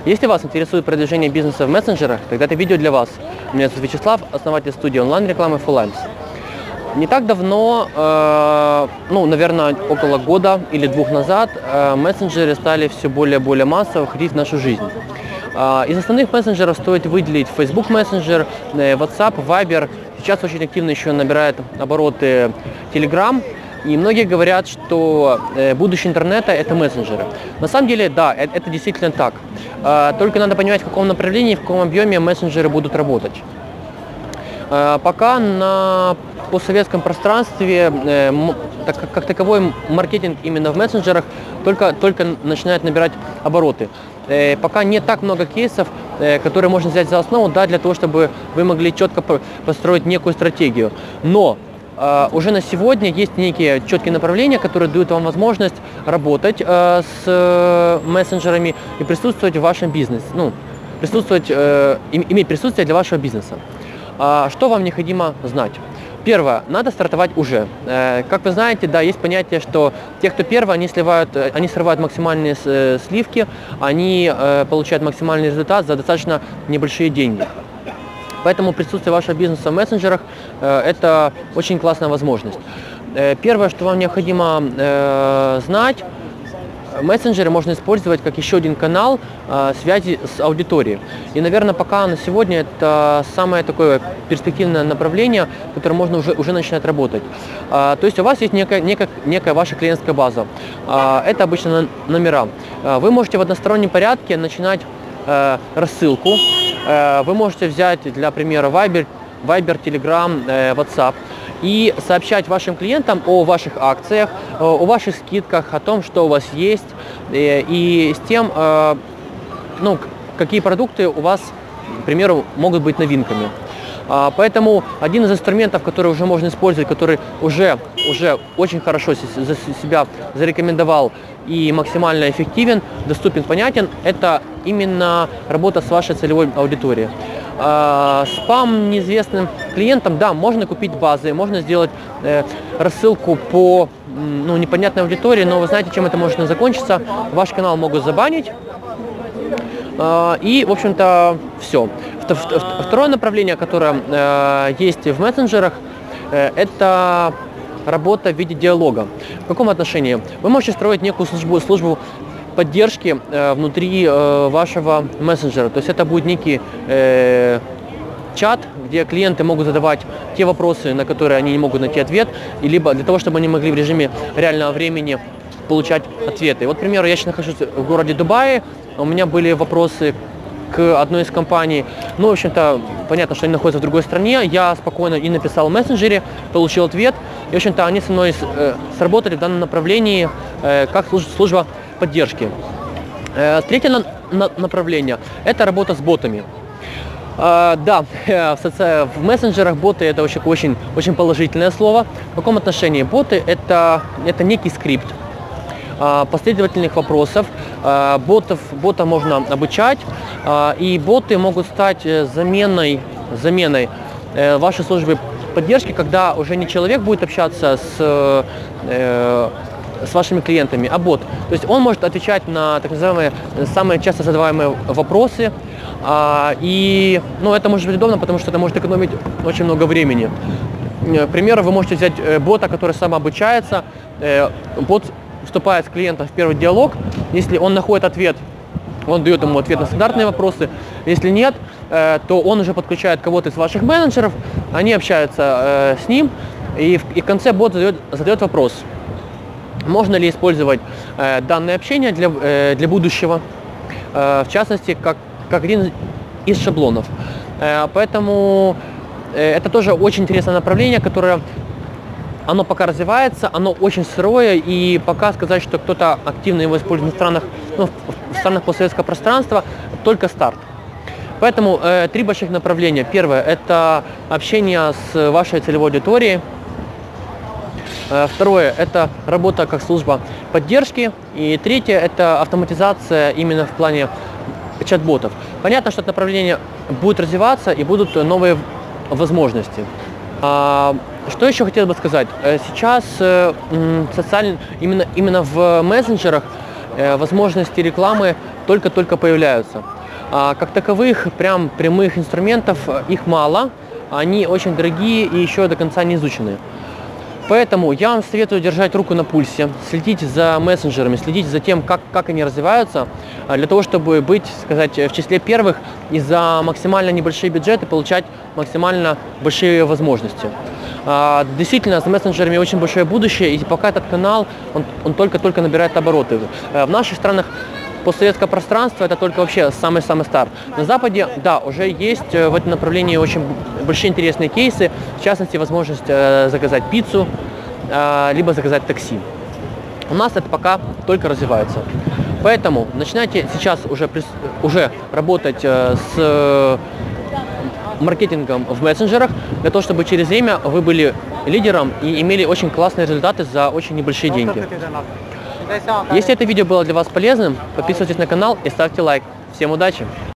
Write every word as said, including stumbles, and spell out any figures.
Если вас интересует продвижение бизнеса в мессенджерах, тогда это видео для вас. Меня зовут Вячеслав, основатель студии онлайн-рекламы Full Lines. Не так давно, э, ну, наверное, около года или двух назад, э, мессенджеры стали все более и более массово входить в нашу жизнь. Э, из основных мессенджеров стоит выделить Facebook Messenger, э, WhatsApp, Viber. Сейчас очень активно еще набирает обороты Telegram. И многие говорят, что э, будущее интернета – это мессенджеры. На самом деле, да, это, это действительно так. Э, только надо понимать, в каком направлении, в каком объеме мессенджеры будут работать. Э, пока на постсоветском пространстве э, так, как таковой маркетинг именно в мессенджерах только, только начинает набирать обороты. Э, пока не так много кейсов, э, которые можно взять за основу, да, для того, чтобы вы могли четко построить некую стратегию. Но Uh, уже на сегодня есть некие четкие направления, которые дают вам возможность работать uh, с uh, мессенджерами и присутствовать в вашем бизнесе, ну, присутствовать, uh, иметь присутствие для вашего бизнеса. Uh, что вам необходимо знать? Первое, надо стартовать уже. Uh, как вы знаете, да, есть понятие, что те, кто первые, они сливают, они срывают максимальные uh, сливки, они uh, получают максимальный результат за достаточно небольшие деньги. Поэтому присутствие вашего бизнеса в мессенджерах э, – это очень классная возможность. Э, первое, что вам необходимо э, знать, мессенджеры можно использовать как еще один канал э, связи с аудиторией. И, наверное, пока на сегодня это самое такое перспективное направление, которое можно уже, уже начинать работать. Э, то есть у вас есть некая, некая, некая ваша клиентская база. Э, это обычно номера. Э, вы можете в одностороннем порядке начинать э, рассылку. Вы можете взять для примера Viber, Viber, Telegram, WhatsApp и сообщать вашим клиентам о ваших акциях, о ваших скидках, о том, что у вас есть и с тем, ну, какие продукты у вас, к примеру, могут быть новинками. Поэтому один из инструментов, который уже можно использовать, который уже, уже очень хорошо себя зарекомендовал и максимально эффективен, доступен, понятен, это именно работа с вашей целевой аудиторией. Спам неизвестным клиентам, да, можно купить базы, можно сделать э, рассылку по ну, непонятной аудитории, но вы знаете, чем это может закончиться. Ваш канал могут забанить. Э, и, в общем-то, все. Второе направление, которое э, есть в мессенджерах, э, это работа в виде диалога. В каком отношении? Вы можете строить некую службу, службу поддержки э, внутри э, вашего мессенджера. То есть это будет некий э, чат, где клиенты могут задавать те вопросы, на которые они не могут найти ответ, и либо для того, чтобы они могли в режиме реального времени получать ответы. Вот, к примеру, я сейчас нахожусь в городе Дубае, у меня были вопросы к одной из компаний. Ну, в общем-то, понятно, что они находятся в другой стране. Я спокойно и написал в мессенджере, получил ответ. И, в общем-то, они со мной э, сработали в данном направлении э, как служ- служба поддержки. Э, третье на- на- направление – это работа с ботами. Uh, да, в, соци... в мессенджерах боты это очень, очень, очень положительное слово. В каком отношении? Боты это, это некий скрипт uh, последовательных вопросов. Uh, ботов, бота можно обучать, uh, и боты могут стать заменой, заменой uh, вашей службы поддержки, когда уже не человек будет общаться с, uh, с вашими клиентами, а бот. То есть он может отвечать на так называемые самые часто задаваемые вопросы. А, и ну, это может быть удобно, потому что это может экономить очень много времени. К примеру, вы можете взять э, бота, который самообучается. Э, бот вступает с клиентом в первый диалог. Если он находит ответ, он дает ему ответ на стандартные вопросы. Если нет, э, то он уже подключает кого-то из ваших менеджеров, они общаются э, с ним, и в, и в конце бот задает, задает вопрос. Можно ли использовать э, данное общение для, э, для будущего, э, в частности, как как один из шаблонов. Поэтому это тоже очень интересное направление, которое оно пока развивается, оно очень сырое, и пока сказать, что кто-то активно его использует в странах, ну, в странах постсоветского пространства, только старт. Поэтому э, три больших направления. Первое – это общение с вашей целевой аудиторией. Э, второе – это работа как служба поддержки. И третье – это автоматизация именно в плане чат-ботов. Понятно, что это направление будет развиваться и будут новые возможности. А, что еще хотел бы сказать? Сейчас социаль... именно, именно в мессенджерах возможности рекламы только-только появляются. Как таковых, прям прямых инструментов их мало, они очень дорогие и еще до конца не изучены. Поэтому я вам советую держать руку на пульсе, следить за мессенджерами, следить за тем, как, как они развиваются, для того, чтобы быть, сказать, в числе первых и за максимально небольшие бюджеты получать максимально большие возможности. Действительно, с мессенджерами очень большое будущее, и пока этот канал, он, он только-только набирает обороты. В наших странах постсоветское пространство — это только вообще самый-самый старт. На Западе, да, уже есть в этом направлении очень большие интересные кейсы, в частности, возможность заказать пиццу, либо заказать такси. У нас это пока только развивается. Поэтому начинайте сейчас уже, уже работать с маркетингом в мессенджерах, для того, чтобы через время вы были лидером и имели очень классные результаты за очень небольшие деньги. Если это видео было для вас полезным, подписывайтесь на канал и ставьте лайк. Всем удачи!